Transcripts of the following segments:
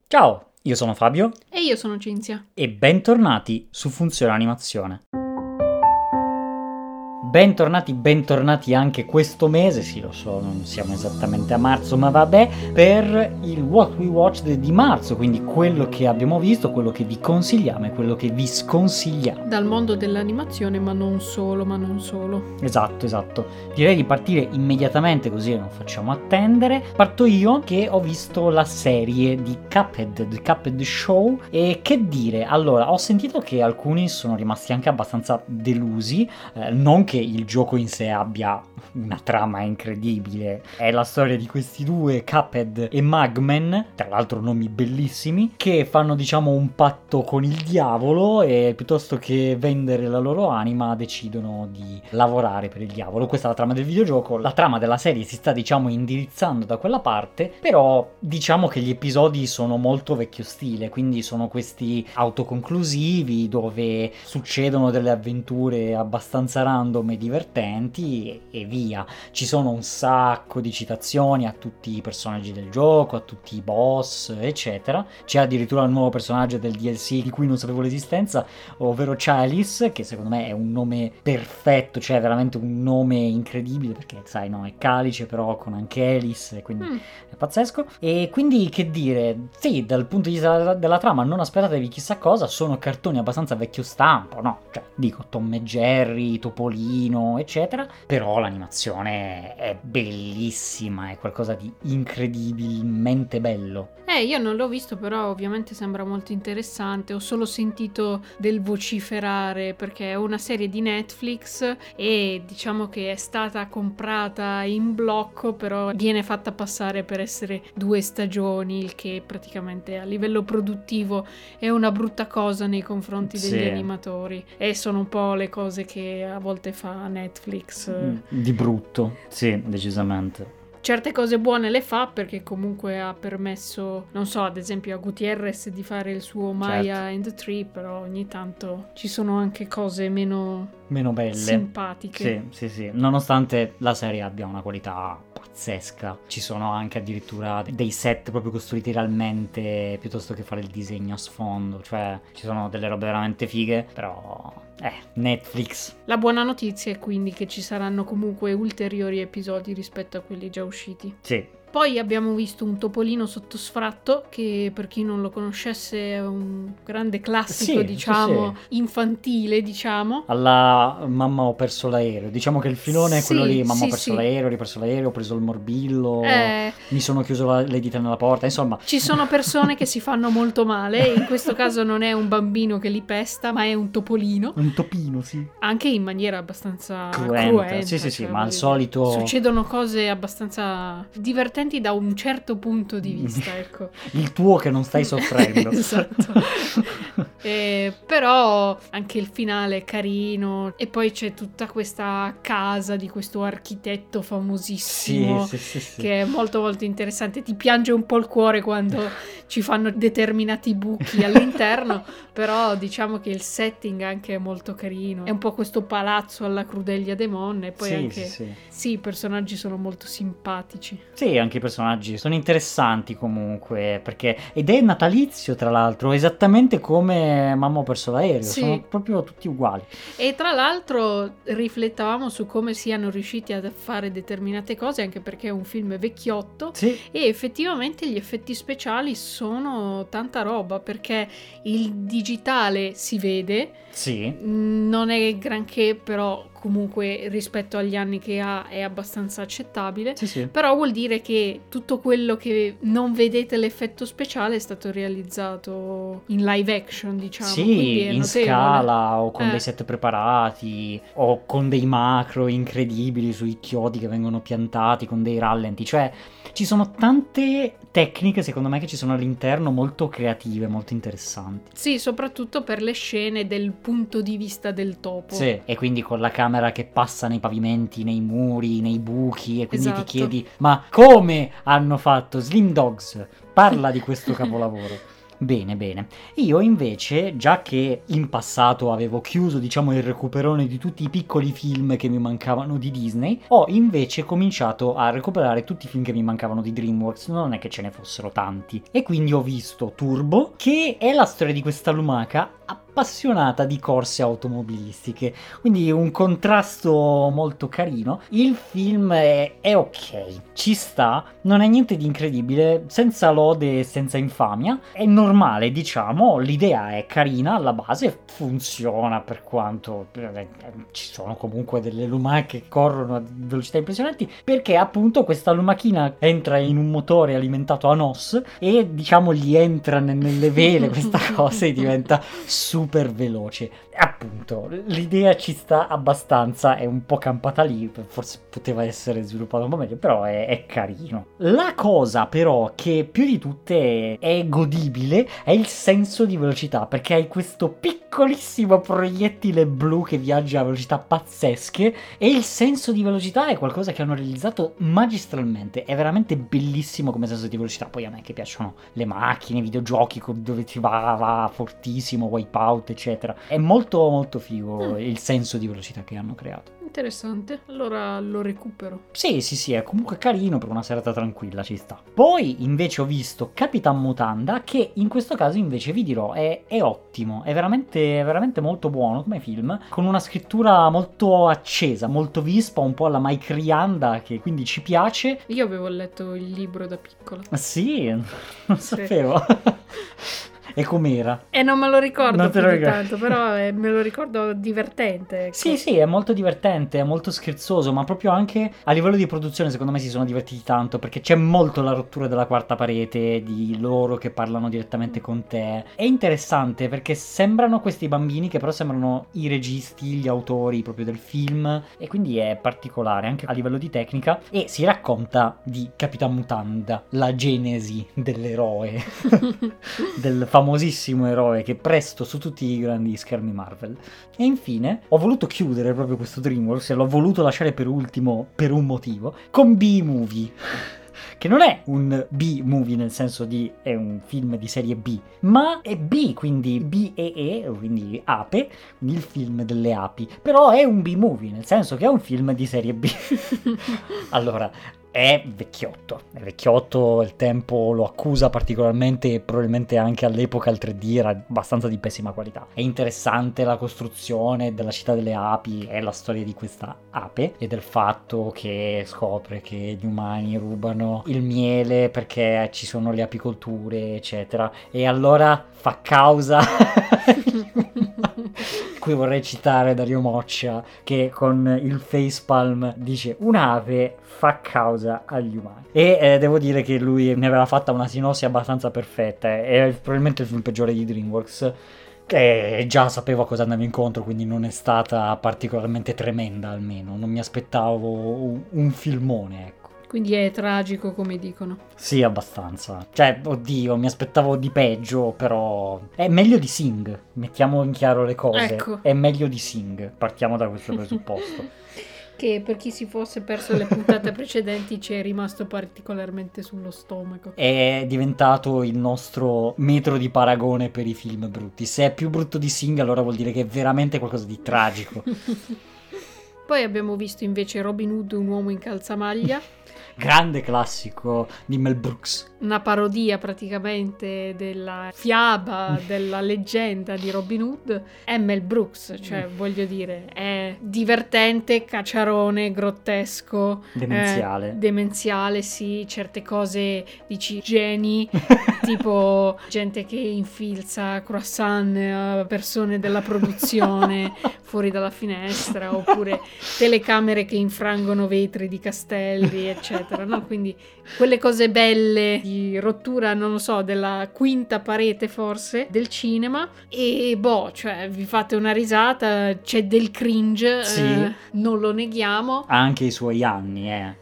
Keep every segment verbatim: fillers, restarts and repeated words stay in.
Ciao, io sono Fabio E io sono Cinzia. e bentornati su Funzione Animazione. Bentornati, bentornati anche questo mese, sì lo so, non siamo esattamente a marzo, ma vabbè, per il What We Watched di marzo, quindi quello che abbiamo visto, quello che vi consigliamo e quello che vi sconsigliamo. Dal mondo dell'animazione, ma non solo, ma non solo. Esatto, esatto. Direi di partire immediatamente così non facciamo attendere. Parto io che ho visto la serie di Cuphead, The Cuphead Show, e che dire, allora, ho sentito che alcuni sono rimasti anche abbastanza delusi, eh, non che il gioco in sé abbia una trama incredibile, è la storia di questi due, Cuphead e Mugman, tra l'altro nomi bellissimi, che fanno diciamo un patto con il diavolo e piuttosto che vendere la loro anima decidono di lavorare per il diavolo. Questa è la trama del videogioco. La trama della serie si sta diciamo indirizzando da quella parte, però diciamo che gli episodi sono molto vecchio stile, quindi sono questi autoconclusivi dove succedono delle avventure abbastanza random e divertenti e, e via. Ci sono un sacco di citazioni a tutti i personaggi del gioco, a tutti i boss, eccetera. C'è addirittura un nuovo personaggio del D L C di cui non sapevo l'esistenza, ovvero Chalice, che secondo me è un nome perfetto, cioè veramente un nome incredibile, perché sai, no, è Calice però con anche Alice, quindi mm. è pazzesco. E quindi che dire, sì, dal punto di vista della, della trama non aspettatevi chissà cosa, sono cartoni abbastanza vecchio stampo, no? Cioè, dico Tom e Jerry, Topolino, eccetera, però l'animazione è bellissima, è qualcosa di incredibilmente bello. Eh, io non l'ho visto, però ovviamente sembra molto interessante. Ho solo sentito del vociferare perché è una serie di Netflix e diciamo che è stata comprata in blocco, però viene fatta passare per essere due stagioni, il che praticamente a livello produttivo è una brutta cosa nei confronti degli sì. animatori. E sono un po' le cose che a volte fa Netflix. Di brutto, sì, decisamente. Certe cose buone le fa perché comunque ha permesso, non so, ad esempio a Gutierrez di fare il suo Maya certo. and the Tree, però ogni tanto ci sono anche cose meno, meno belle, simpatiche. Sì, sì, sì, nonostante la serie abbia una qualità pazzesca. Ci sono anche addirittura dei set proprio costruiti realmente piuttosto che fare il disegno a sfondo, cioè ci sono delle robe veramente fighe, però... Eh, Netflix. La buona notizia è quindi che ci saranno comunque ulteriori episodi rispetto a quelli già usciti. Sì. Poi abbiamo visto un Topolino sotto sfratto, che per chi non lo conoscesse è un grande classico, sì, diciamo, sì, sì. infantile, diciamo. Alla Mamma ho perso l'aereo. Diciamo che il filone è sì, quello lì, Mamma sì, ho perso sì. l'aereo, ho ripreso l'aereo, ho preso il morbillo, eh... mi sono chiuso la, le dita nella porta, insomma. Ci sono persone che si fanno molto male, in questo caso non è un bambino che li pesta, ma è un topolino. Un topino, sì. Anche in maniera abbastanza cruenta. cruenta. Sì, sì, sì, cioè, ma al solito... Succedono cose abbastanza divertenti da un certo punto di vista, ecco. Il tuo che non stai soffrendo. Esatto. eh, però anche il finale è carino e poi c'è tutta questa casa di questo architetto famosissimo sì, sì, sì, sì. che è molto molto interessante. Ti piange un po' il cuore quando ci fanno determinati buchi all'interno, però diciamo che il setting anche è molto carino. È un po' questo palazzo alla Crudelia Demon e poi sì, anche sì, sì. sì, i personaggi sono molto simpatici. Sì, anche i personaggi sono interessanti comunque, perché ed è natalizio tra l'altro, esattamente come Mamma ho perso l'aereo, sì. Sono proprio tutti uguali. E tra l'altro riflettavamo su come siano riusciti a fare determinate cose, anche perché è un film vecchiotto, sì. E effettivamente gli effetti speciali sono tanta roba, perché il digitale si vede, sì. non è granché, però comunque rispetto agli anni che ha è abbastanza accettabile, sì, sì. Però vuol dire che tutto quello che non vedete l'effetto speciale è stato realizzato in live action, diciamo. Sì, quindi è in notevole. scala o con eh. dei set preparati o con dei macro incredibili sui chiodi che vengono piantati con dei rallenti, cioè ci sono tante tecniche secondo me che ci sono all'interno molto creative, molto interessanti. Sì, soprattutto per le scene del punto di vista del topo. Sì, e quindi con la camera che passa nei pavimenti, nei muri, nei buchi, e quindi esatto. ti chiedi ma come hanno fatto? Slim Dogs parla di questo capolavoro. Bene, bene. Io invece, già che in passato avevo chiuso, diciamo, il recuperone di tutti i piccoli film che mi mancavano di Disney, ho invece cominciato a recuperare tutti i film che mi mancavano di DreamWorks, non è che ce ne fossero tanti. E quindi ho visto Turbo, che è la storia di questa lumaca appassionata di corse automobilistiche, quindi un contrasto molto carino. Il film è, è ok, ci sta, non è niente di incredibile, senza lode e senza infamia, è normale, diciamo, l'idea è carina alla base, funziona, per quanto eh, ci sono comunque delle lumache che corrono a velocità impressionanti, perché appunto questa lumachina entra in un motore alimentato a N O S e diciamo gli entra nelle vene questa cosa e diventa super veloce. Appunto, l'idea ci sta abbastanza, è un po' campata lì, forse poteva essere sviluppata un po' meglio, però è, è carino. La cosa però che più di tutte è godibile è il senso di velocità, perché hai questo piccolissimo proiettile blu che viaggia a velocità pazzesche e il senso di velocità è qualcosa che hanno realizzato magistralmente, è veramente bellissimo come senso di velocità. Poi a me che piacciono le macchine, i videogiochi dove ti va, va fortissimo, Wipeout eccetera, è molto molto figo mm. il senso di velocità che hanno creato. Interessante, allora lo recupero. Sì, sì, sì, è comunque carino per una serata tranquilla, ci sta. Poi invece ho visto Capitan Mutanda, che in questo caso invece vi dirò è, è ottimo, è veramente, veramente molto buono come film, con una scrittura molto accesa, molto vispa, un po' alla Mike Rianda, che quindi ci piace. Io avevo letto il libro da piccola. Sì, non sì. sapevo. E com'era? E non me lo ricordo non più te lo di ricordo. tanto, però è, me lo ricordo divertente. Ecco. Sì, sì, è molto divertente, è molto scherzoso, ma proprio anche a livello di produzione secondo me si sono divertiti tanto, perché c'è molto la rottura della quarta parete, di loro che parlano direttamente con te. È interessante perché sembrano questi bambini che però sembrano i registi, gli autori proprio del film, e quindi è particolare anche a livello di tecnica, e si racconta di Capitan Mutanda, la genesi dell'eroe, del famosissimo eroe che presto su tutti i grandi schermi Marvel. E infine ho voluto chiudere proprio questo DreamWorks e l'ho voluto lasciare per ultimo per un motivo con B-Movie, che non è un B-movie nel senso di è un film di serie B, ma è B, quindi B E E, quindi ape, quindi il film delle api, però è un B-movie nel senso che è un film di serie B. Allora, è vecchiotto, è vecchiotto, il tempo lo accusa particolarmente e probabilmente anche all'epoca il tre D era abbastanza di pessima qualità. È interessante la costruzione della città delle api, è la storia di questa ape e del fatto che scopre che gli umani rubano il miele perché ci sono le apicolture eccetera, e allora fa causa. Qui vorrei citare Dario Moccia che con il facepalm dice un'ape fa causa agli umani, e eh, devo dire che lui mi aveva fatta una sinossi abbastanza perfetta, è probabilmente il film peggiore di DreamWorks, che già sapevo a cosa andavo incontro, quindi non è stata particolarmente tremenda, almeno non mi aspettavo un, un filmone, ecco. Quindi è tragico, come dicono. Sì, abbastanza. Cioè, oddio, mi aspettavo di peggio, però è meglio di Sing. Mettiamo in chiaro le cose. Ecco. È meglio di Sing. Partiamo da questo presupposto. Che per chi si fosse perso le puntate precedenti ci è rimasto particolarmente sullo stomaco. È diventato il nostro metro di paragone per i film brutti. Se è più brutto di Sing, allora vuol dire che è veramente qualcosa di tragico. Poi abbiamo visto invece Robin Hood, un uomo in calzamaglia. Grande classico di Mel Brooks. Una parodia praticamente della fiaba, della leggenda di Robin Hood. È Mel Brooks, cioè voglio dire, è divertente, cacciarone, grottesco. Demenziale. Eh, demenziale, sì, certe cose dici geni, tipo gente che infilza croissant a persone della produzione fuori dalla finestra, oppure telecamere che infrangono vetri di castelli, eccetera, no? Quindi quelle cose belle di rottura, non lo so, della quinta parete forse del cinema, e boh, cioè vi fate una risata, c'è del cringe, sì. eh, non lo neghiamo. Ha anche i suoi anni, eh.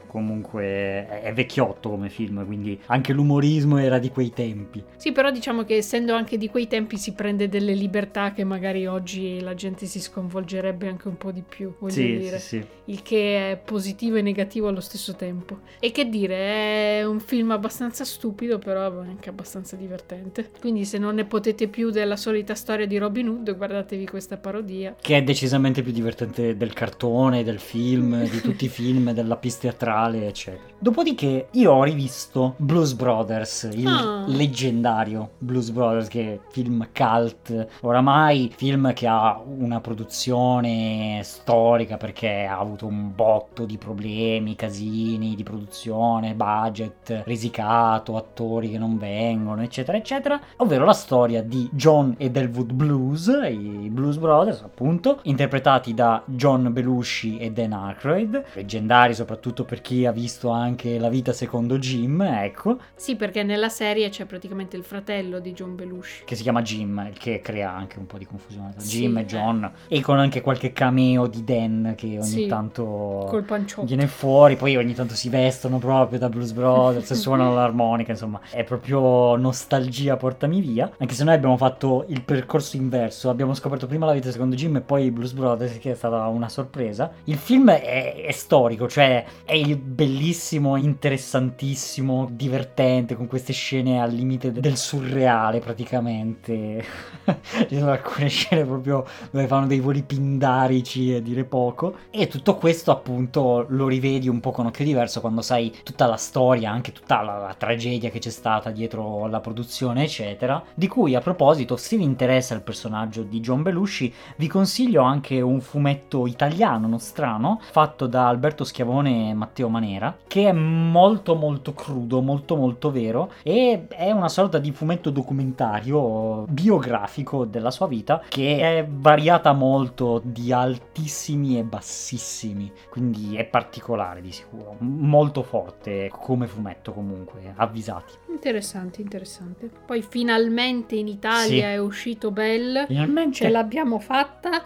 comunque è, è vecchiotto come film, quindi anche l'umorismo era di quei tempi. Sì, però diciamo che essendo anche di quei tempi si prende delle libertà che magari oggi la gente si sconvolgerebbe anche un po' di più, voglio sì, dire. Sì, sì. Il che è positivo e negativo allo stesso tempo. E che dire, è un film abbastanza stupido, però anche abbastanza divertente. Quindi se non ne potete più della solita storia di Robin Hood, guardatevi questa parodia. Che è decisamente più divertente del cartone, del film, di tutti i film, della pista teatrale, eccetera. Dopodiché io ho rivisto Blues Brothers, il Ah. leggendario Blues Brothers, che è film cult, oramai film che ha una produzione storica perché ha avuto un botto di problemi, casini di produzione, budget risicato, attori che non vengono, eccetera, eccetera, ovvero la storia di John ed Elwood Blues, i Blues Brothers appunto, interpretati da John Belushi e Dan Aykroyd, leggendari soprattutto per chi ha visto anche La vita secondo Jim, ecco. Sì, perché nella serie c'è praticamente il fratello di John Belushi, che si chiama Jim, il che crea anche un po' di confusione tra Sì, Jim e John, e con anche qualche cameo di Dan che ogni Sì, tanto col panciotto. viene fuori, poi ogni tanto si vestono proprio da Blues Brothers e suonano l'armonica, insomma è proprio nostalgia, portami via, anche se noi abbiamo fatto il percorso inverso, abbiamo scoperto prima La vita secondo Jim e poi i Blues Brothers, che è stata una sorpresa. Il film è, è storico, cioè è il bellissimo, interessantissimo, divertente, con queste scene al limite del surreale praticamente. Ci sono alcune scene proprio dove fanno dei voli pindarici, e dire poco, e tutto questo appunto lo rivedi un po' con occhio diverso quando sai tutta la storia, anche tutta la, la tragedia che c'è stata dietro la produzione eccetera. Di cui, a proposito, se vi interessa il personaggio di John Belushi, vi consiglio anche un fumetto italiano nostrano fatto da Alberto Schiavone e Matteo Manera, che è molto molto crudo, molto molto vero, e è una sorta di fumetto documentario biografico della sua vita, che è variata molto, di altissimi e bassissimi, quindi è particolare di sicuro, molto forte come fumetto, comunque avvisati. Interessante, interessante. Poi finalmente in Italia Sì. è uscito Belle. Finalmente Ce l'abbiamo fatta.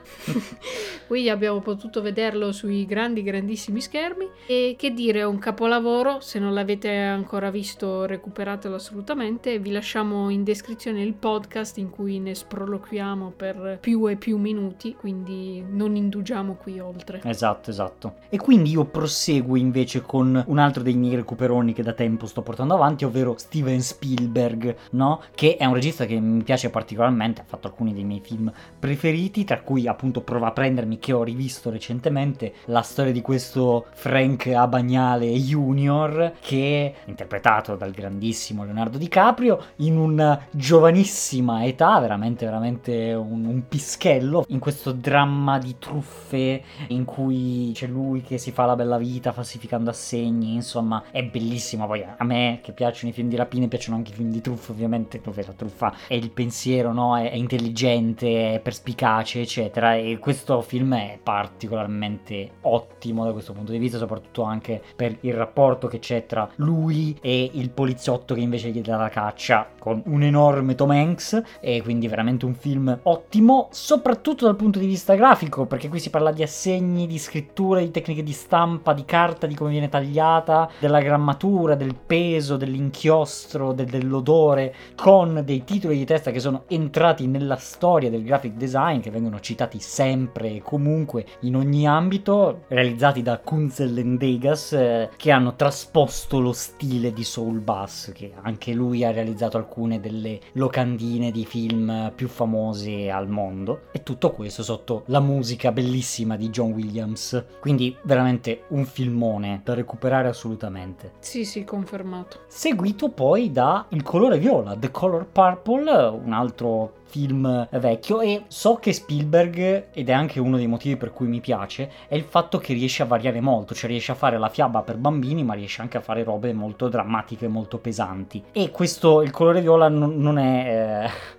Quindi abbiamo potuto vederlo sui grandi, grandissimi schermi. E che dire, è un capolavoro. Se non l'avete ancora visto, recuperatelo assolutamente. Vi lasciamo in descrizione il podcast in cui ne sproloquiamo per più e più minuti. Quindi non indugiamo qui oltre. Esatto, esatto. E quindi io proseguo invece con un altro dei miei recuperoni che da tempo sto portando avanti, ovvero Steven Spielberg, no? Che è un regista che mi piace particolarmente, ha fatto alcuni dei miei film preferiti, tra cui appunto Prova a prendermi, che ho rivisto recentemente, la storia di questo Frank Abagnale Junior, che è interpretato dal grandissimo Leonardo DiCaprio in una giovanissima età, veramente veramente un, un pischello, in questo dramma di truffe in cui c'è lui che si fa la bella vita falsificando assegni, insomma è bellissimo. Poi a me che piacciono i film di rapine piacciono anche i film di truffa, ovviamente, dove la truffa è il pensiero, no? È, è intelligente, è perspicace eccetera, e questo film è particolarmente ottimo da questo punto di vista, soprattutto anche per il rapporto che c'è tra lui e il poliziotto che invece gli dà la caccia, con un enorme Tom Hanks, e quindi veramente un film ottimo, soprattutto dal punto di vista grafico, perché qui si parla di assegni, di scrittura, di tecniche di stampa, di carta, di come viene tagliata, della grammatura, del peso, dell'inchiostro, del, dell'odore, con dei titoli di testa che sono entrati nella storia del graphic design, che vengono citati sempre e comunque in ogni ambito, realizzati da Kunzel and Degas, eh, che hanno trasposto lo stile di Saul Bass, che anche lui ha realizzato alcune delle locandine di film più famose al mondo, e tutto questo sotto la musica bellissima di John Williams. Quindi veramente un filmone da recuperare assolutamente. Sì, sì, confermato. Seguito poi da Il colore viola, The Color Purple, un altro film vecchio, e so che Spielberg, ed è anche uno dei motivi per cui mi piace, è il fatto che riesce a variare molto, cioè riesce a fare la fiaba per bambini ma riesce anche a fare robe molto drammatiche, molto pesanti, e questo Il colore viola non, non è... Eh...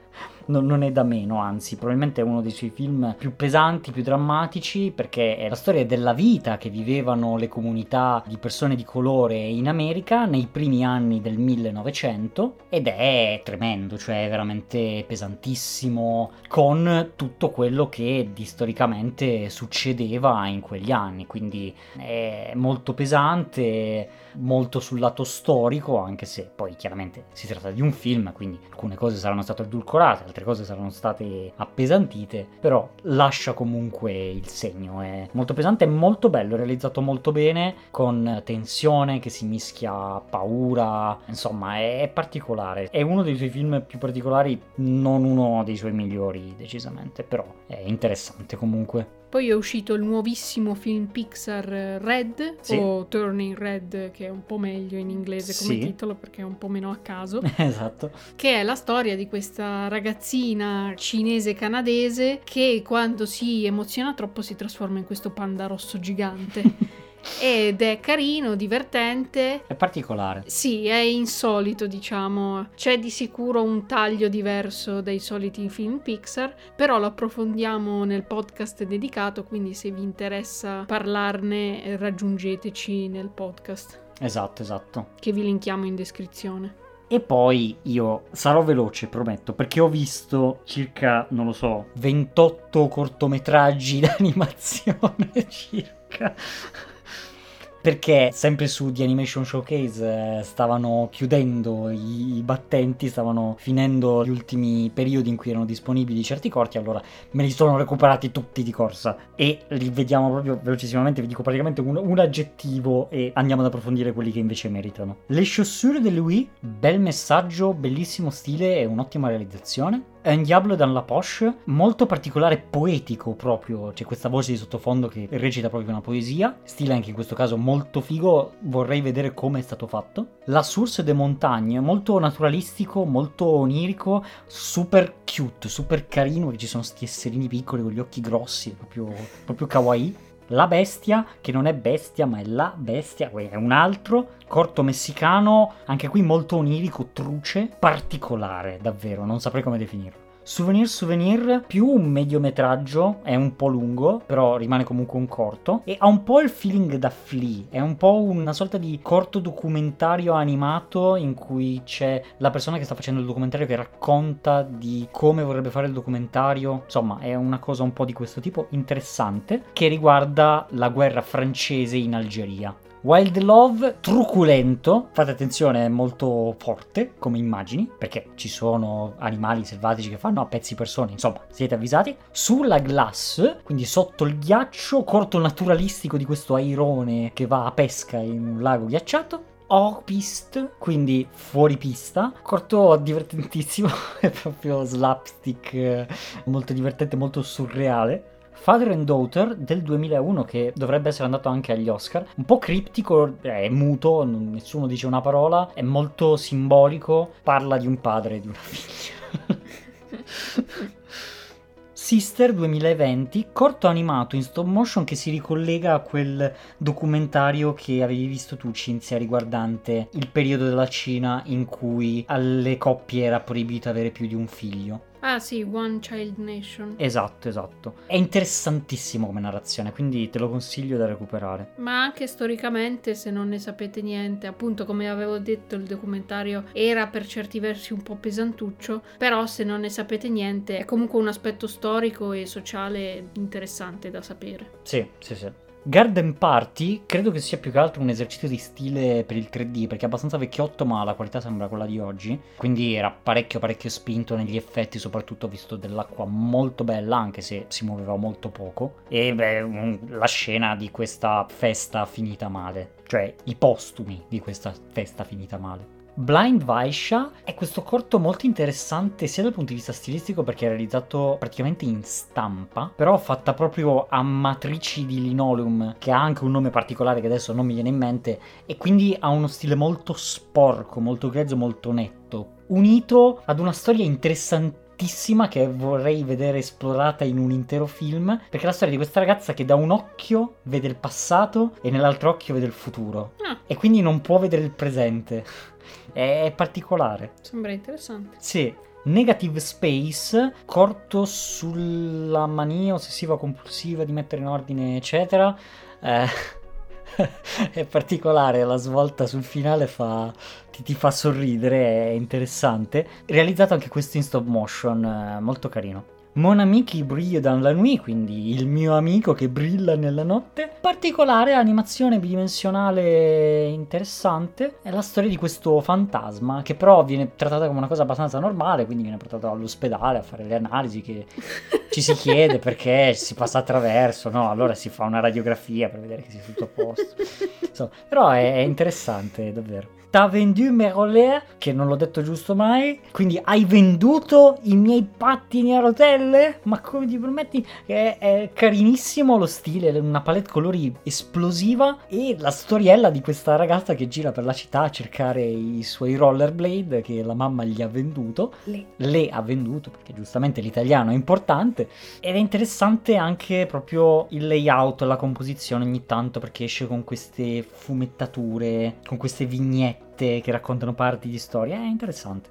non, non è da meno, anzi probabilmente è uno dei suoi film più pesanti, più drammatici, perché è la storia della vita che vivevano le comunità di persone di colore in America nei primi anni del millenovecento, ed è tremendo, cioè è veramente pesantissimo, con tutto quello che di storicamente succedeva in quegli anni, quindi è molto pesante, molto sul lato storico, anche se poi chiaramente si tratta di un film, quindi alcune cose saranno state edulcorate, altre cose saranno state appesantite, però lascia comunque il segno. È molto pesante, è molto bello, è realizzato molto bene, con tensione che si mischia a paura, insomma è particolare, è uno dei suoi film più particolari, non uno dei suoi migliori decisamente, però è interessante comunque. Poi è uscito il nuovissimo film Pixar Red, sì. o Turning Red, che è un po' meglio in inglese come sì. titolo perché è un po' meno a caso. Esatto. Che è la storia di questa ragazzina cinese-canadese che quando si emoziona troppo si trasforma in questo panda rosso gigante. Ed è carino, divertente. È particolare. Sì, è insolito, diciamo. C'è di sicuro un taglio diverso dai soliti film Pixar, però lo approfondiamo nel podcast dedicato, quindi se vi interessa parlarne raggiungeteci nel podcast. Esatto, esatto. Che vi linkiamo in descrizione. E poi io sarò veloce, prometto, perché ho visto circa, non lo so, ventotto cortometraggi d'animazione circa. Perché sempre su The Animation Showcase eh, stavano chiudendo i, i battenti, stavano finendo gli ultimi periodi in cui erano disponibili certi corti, allora me li sono recuperati tutti di corsa e li vediamo proprio velocissimamente, vi dico praticamente un, un aggettivo e andiamo ad approfondire quelli che invece meritano. Les Chaussures de Louis, bel messaggio, bellissimo stile e un'ottima realizzazione. Un Diablo dans la Poche, molto particolare, poetico proprio, c'è questa voce di sottofondo che recita proprio una poesia, stile anche in questo caso molto figo, vorrei vedere come è stato fatto. La Source des Montagnes, molto naturalistico, molto onirico, super cute, super carino, che ci sono sti esserini piccoli con gli occhi grossi, proprio, proprio kawaii. La Bestia, che non è bestia ma è la bestia, è un altro corto messicano, anche qui molto onirico, truce, particolare davvero, non saprei come definirlo. Souvenir Souvenir, più un mediometraggio, è un po' lungo, però rimane comunque un corto, e ha un po' il feeling da Flea, è un po' una sorta di corto documentario animato in cui c'è la persona che sta facendo il documentario che racconta di come vorrebbe fare il documentario, insomma è una cosa un po' di questo tipo, interessante, che riguarda la guerra francese in Algeria. Wild Love, truculento, fate attenzione, è molto forte come immagini, perché ci sono animali selvatici che fanno a pezzi persone, insomma, siete avvisati. Sulla Glace, quindi sotto il ghiaccio, corto naturalistico di questo airone che va a pesca in un lago ghiacciato. Off-piste, quindi fuori pista, corto divertentissimo, è proprio slapstick, molto divertente, molto surreale. Father and Daughter del duemilauno, che dovrebbe essere andato anche agli Oscar, un po' criptico, è muto, nessuno dice una parola, è molto simbolico, parla di un padre e di una figlia. Sister duemilaventi, corto animato in stop motion che si ricollega a quel documentario che avevi visto tu, Cinzia, riguardante il periodo della Cina in cui alle coppie era proibito avere più di un figlio. Ah sì, One Child Nation. Esatto, esatto. È interessantissimo come narrazione, quindi te lo consiglio da recuperare. Ma anche storicamente, se non ne sapete niente, appunto come avevo detto il documentario era per certi versi un po' pesantuccio, però se non ne sapete niente è comunque un aspetto storico e sociale interessante da sapere. Sì, sì, sì. Garden Party credo che sia più che altro un esercizio di stile per il tre D, perché è abbastanza vecchiotto ma la qualità sembra quella di oggi, quindi era parecchio parecchio spinto negli effetti, soprattutto visto dell'acqua molto bella anche se si muoveva molto poco, e beh, un, la scena di questa festa finita male, cioè i postumi di questa festa finita male. Blind Vaisha è questo corto molto interessante sia dal punto di vista stilistico, perché è realizzato praticamente in stampa, però fatta proprio a matrici di linoleum, che ha anche un nome particolare che adesso non mi viene in mente, e quindi ha uno stile molto sporco, molto grezzo, molto netto. tutto unito ad una storia interessantissima che vorrei vedere esplorata in un intero film, perché è la storia di questa ragazza che da un occhio vede il passato e nell'altro occhio vede il futuro Ah. e quindi non può vedere il presente. È, è particolare. Sembra interessante. Sì. Negative Space, corto sulla mania ossessiva compulsiva di mettere in ordine eccetera. eh, è particolare, la svolta sul finale fa, ti, ti fa sorridere, è interessante. Realizzato anche questo in stop motion, eh, molto carino. Mon ami qui brille dans la nuit, quindi il mio amico che brilla nella notte. Particolare animazione bidimensionale interessante. È la storia di questo fantasma che però viene trattata come una cosa abbastanza normale, quindi viene portato all'ospedale a fare le analisi, che ci si chiede perché si passa attraverso, no? Allora si fa una radiografia per vedere che sia tutto a posto. Insomma, però è, è interessante, davvero. T'as vendu mes rollers, che non l'ho detto giusto mai, quindi hai venduto i miei pattini a rotelle? Ma come ti permetti? È, è carinissimo lo stile, una palette colori esplosiva e la storiella di questa ragazza che gira per la città a cercare i suoi rollerblade che la mamma gli ha venduto. Le, le ha venduto, perché giustamente l'italiano è importante, ed è interessante anche proprio il layout, la composizione ogni tanto, perché esce con queste fumettature, con queste vignette che raccontano parti di storia. È interessante.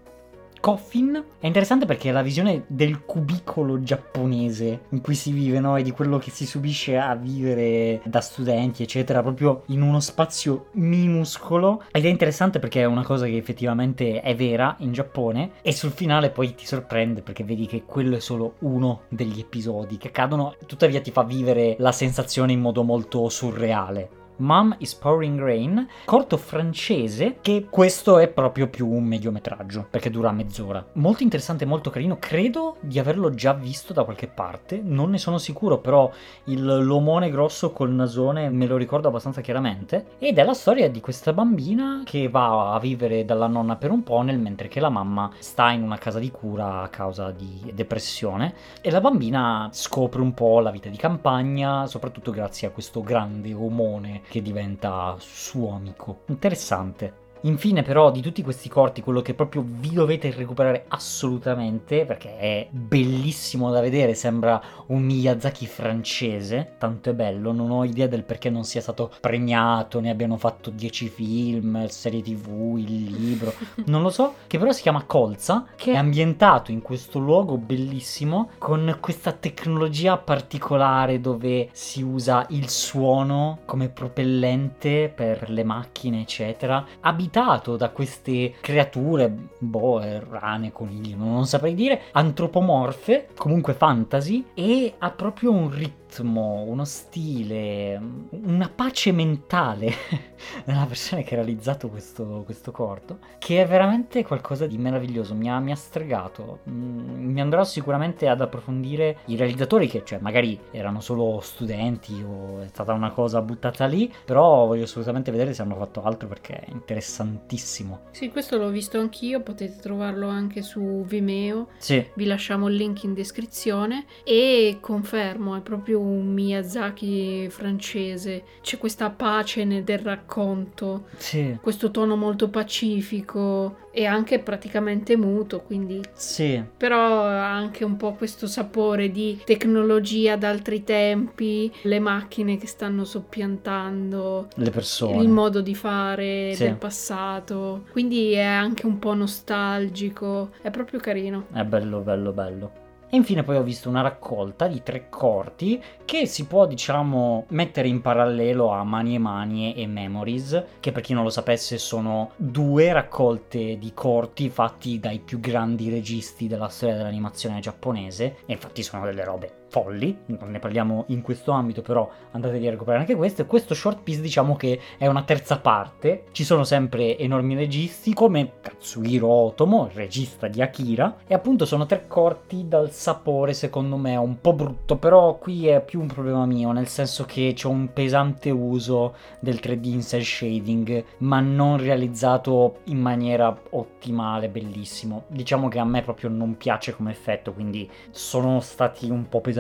Coffin è interessante perché è la visione del cubicolo giapponese in cui si vive, no? E di quello che si subisce a vivere da studenti eccetera, proprio in uno spazio minuscolo. Ed è interessante perché è una cosa che effettivamente è vera in Giappone, e sul finale poi ti sorprende perché vedi che quello è solo uno degli episodi che accadono, tuttavia ti fa vivere la sensazione in modo molto surreale. Mom is Pouring Rain, corto francese, che questo è proprio più un mediometraggio perché dura mezz'ora. Molto interessante, molto carino, credo di averlo già visto da qualche parte, non ne sono sicuro, però il l'omone grosso col nasone me lo ricordo abbastanza chiaramente, ed è la storia di questa bambina che va a vivere dalla nonna per un po' nel mentre che la mamma sta in una casa di cura a causa di depressione, e la bambina scopre un po' la vita di campagna, soprattutto grazie a questo grande omone che diventa suo amico. Interessante. Infine però di tutti questi corti quello che proprio vi dovete recuperare assolutamente, perché è bellissimo da vedere, sembra un Miyazaki francese, tanto è bello, non ho idea del perché non sia stato premiato, ne abbiano fatto dieci film, serie tv, il libro, non lo so, che però si chiama Colza, che è ambientato in questo luogo bellissimo con questa tecnologia particolare dove si usa il suono come propellente per le macchine eccetera, abitato da queste creature, boh, rane, conigli, non saprei dire, antropomorfe, comunque fantasy, e ha proprio un ritmo, uno stile, una pace mentale nella persona che ha realizzato questo, questo corto, che è veramente qualcosa di meraviglioso, mi ha, mi ha stregato. Mm, mi andrò sicuramente ad approfondire i realizzatori che, cioè, magari erano solo studenti o è stata una cosa buttata lì, però voglio assolutamente vedere se hanno fatto altro perché è interessantissimo. Sì, questo l'ho visto anch'io, potete trovarlo anche su Vimeo. Sì. Vi lasciamo il link in descrizione e confermo, è proprio un Miyazaki francese. C'è questa pace nel del racconto, sì, questo tono molto pacifico e anche praticamente muto, quindi sì, però ha anche un po' questo sapore di tecnologia d'altri tempi, le macchine che stanno soppiantando le persone, il modo di fare sì. del passato, quindi è anche un po' nostalgico, è proprio carino. È bello, bello, bello. E infine poi ho visto una raccolta di tre corti che si può, diciamo, mettere in parallelo a Mani e Manie e Memories, che per chi non lo sapesse sono due raccolte di corti fatti dai più grandi registi della storia dell'animazione giapponese, e infatti sono delle robe folli, non ne parliamo in questo ambito, però andatevi a recuperare anche questo. E questo short piece diciamo che è una terza parte, ci sono sempre enormi registi come Katsuhiro Otomo, il regista di Akira, e appunto sono tre corti dal sapore secondo me un po' brutto, però qui è più un problema mio, nel senso che c'è un pesante uso del tre D in cel shading, ma non realizzato in maniera ottimale, bellissimo. Diciamo che a me proprio non piace come effetto, quindi sono stati un po' pesanti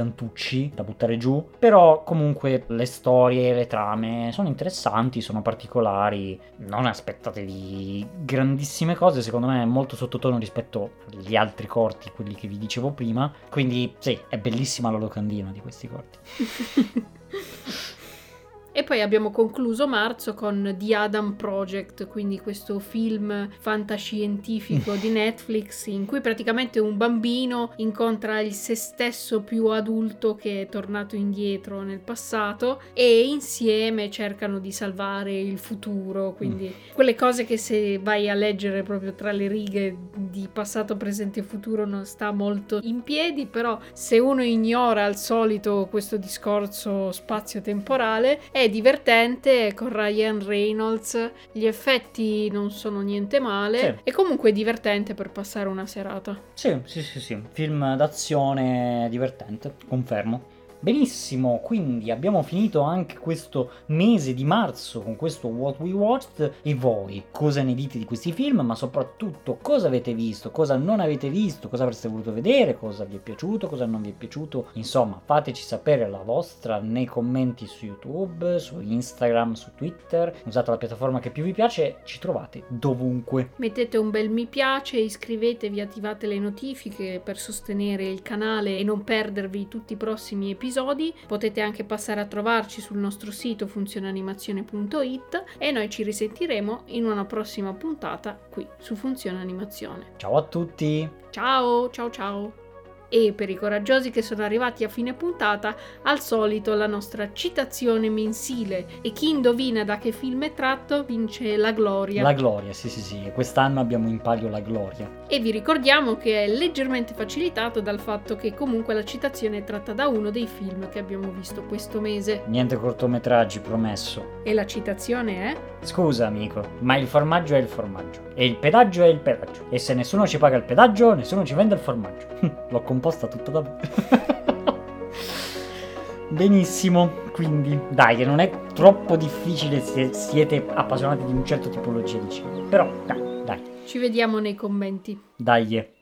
pesantucci da buttare giù, però comunque le storie, le trame sono interessanti, sono particolari, non aspettatevi grandissime cose, secondo me è molto sottotono rispetto agli altri corti, quelli che vi dicevo prima, quindi sì, è bellissima la locandina di questi corti. E poi abbiamo concluso marzo con The Adam Project, quindi questo film fantascientifico di Netflix in cui praticamente un bambino incontra il se stesso più adulto che è tornato indietro nel passato e insieme cercano di salvare il futuro, quindi mm. quelle cose che se vai a leggere proprio tra le righe di passato, presente e futuro non sta molto in piedi, però se uno ignora al solito questo discorso spazio-temporale è divertente, con Ryan Reynolds, gli effetti non sono niente male, sì. E comunque è divertente per passare una serata. Sì, sì, sì, sì, film d'azione divertente, confermo. Benissimo, quindi abbiamo finito anche questo mese di marzo con questo What We Watched. E voi cosa ne dite di questi film, ma soprattutto cosa avete visto, cosa non avete visto, cosa avreste voluto vedere, cosa vi è piaciuto, cosa non vi è piaciuto, insomma fateci sapere la vostra nei commenti su YouTube, su Instagram, su Twitter, usate la piattaforma che più vi piace, ci trovate dovunque. Mettete un bel mi piace, iscrivetevi, attivate le notifiche per sostenere il canale e non perdervi tutti i prossimi episodi. Potete anche passare a trovarci sul nostro sito funzionanimazione punto it e noi ci risentiremo in una prossima puntata qui su Funzione Animazione. Ciao a tutti! Ciao, ciao ciao! E per i coraggiosi che sono arrivati a fine puntata, al solito la nostra citazione mensile, e chi indovina da che film è tratto vince la gloria. La gloria, sì sì sì, quest'anno abbiamo in palio la gloria. E vi ricordiamo che è leggermente facilitato dal fatto che comunque la citazione è tratta da uno dei film che abbiamo visto questo mese. Niente cortometraggi, promesso. E la citazione è? Scusa amico, ma il formaggio è il formaggio, e il pedaggio è il pedaggio, e se nessuno ci paga il pedaggio, nessuno ci vende il formaggio. L'ho composta tutta da me. Benissimo, quindi dai, che non è troppo difficile se siete appassionati di un certo tipologia di cibo, però dai, dai. Ci vediamo nei commenti. Dai.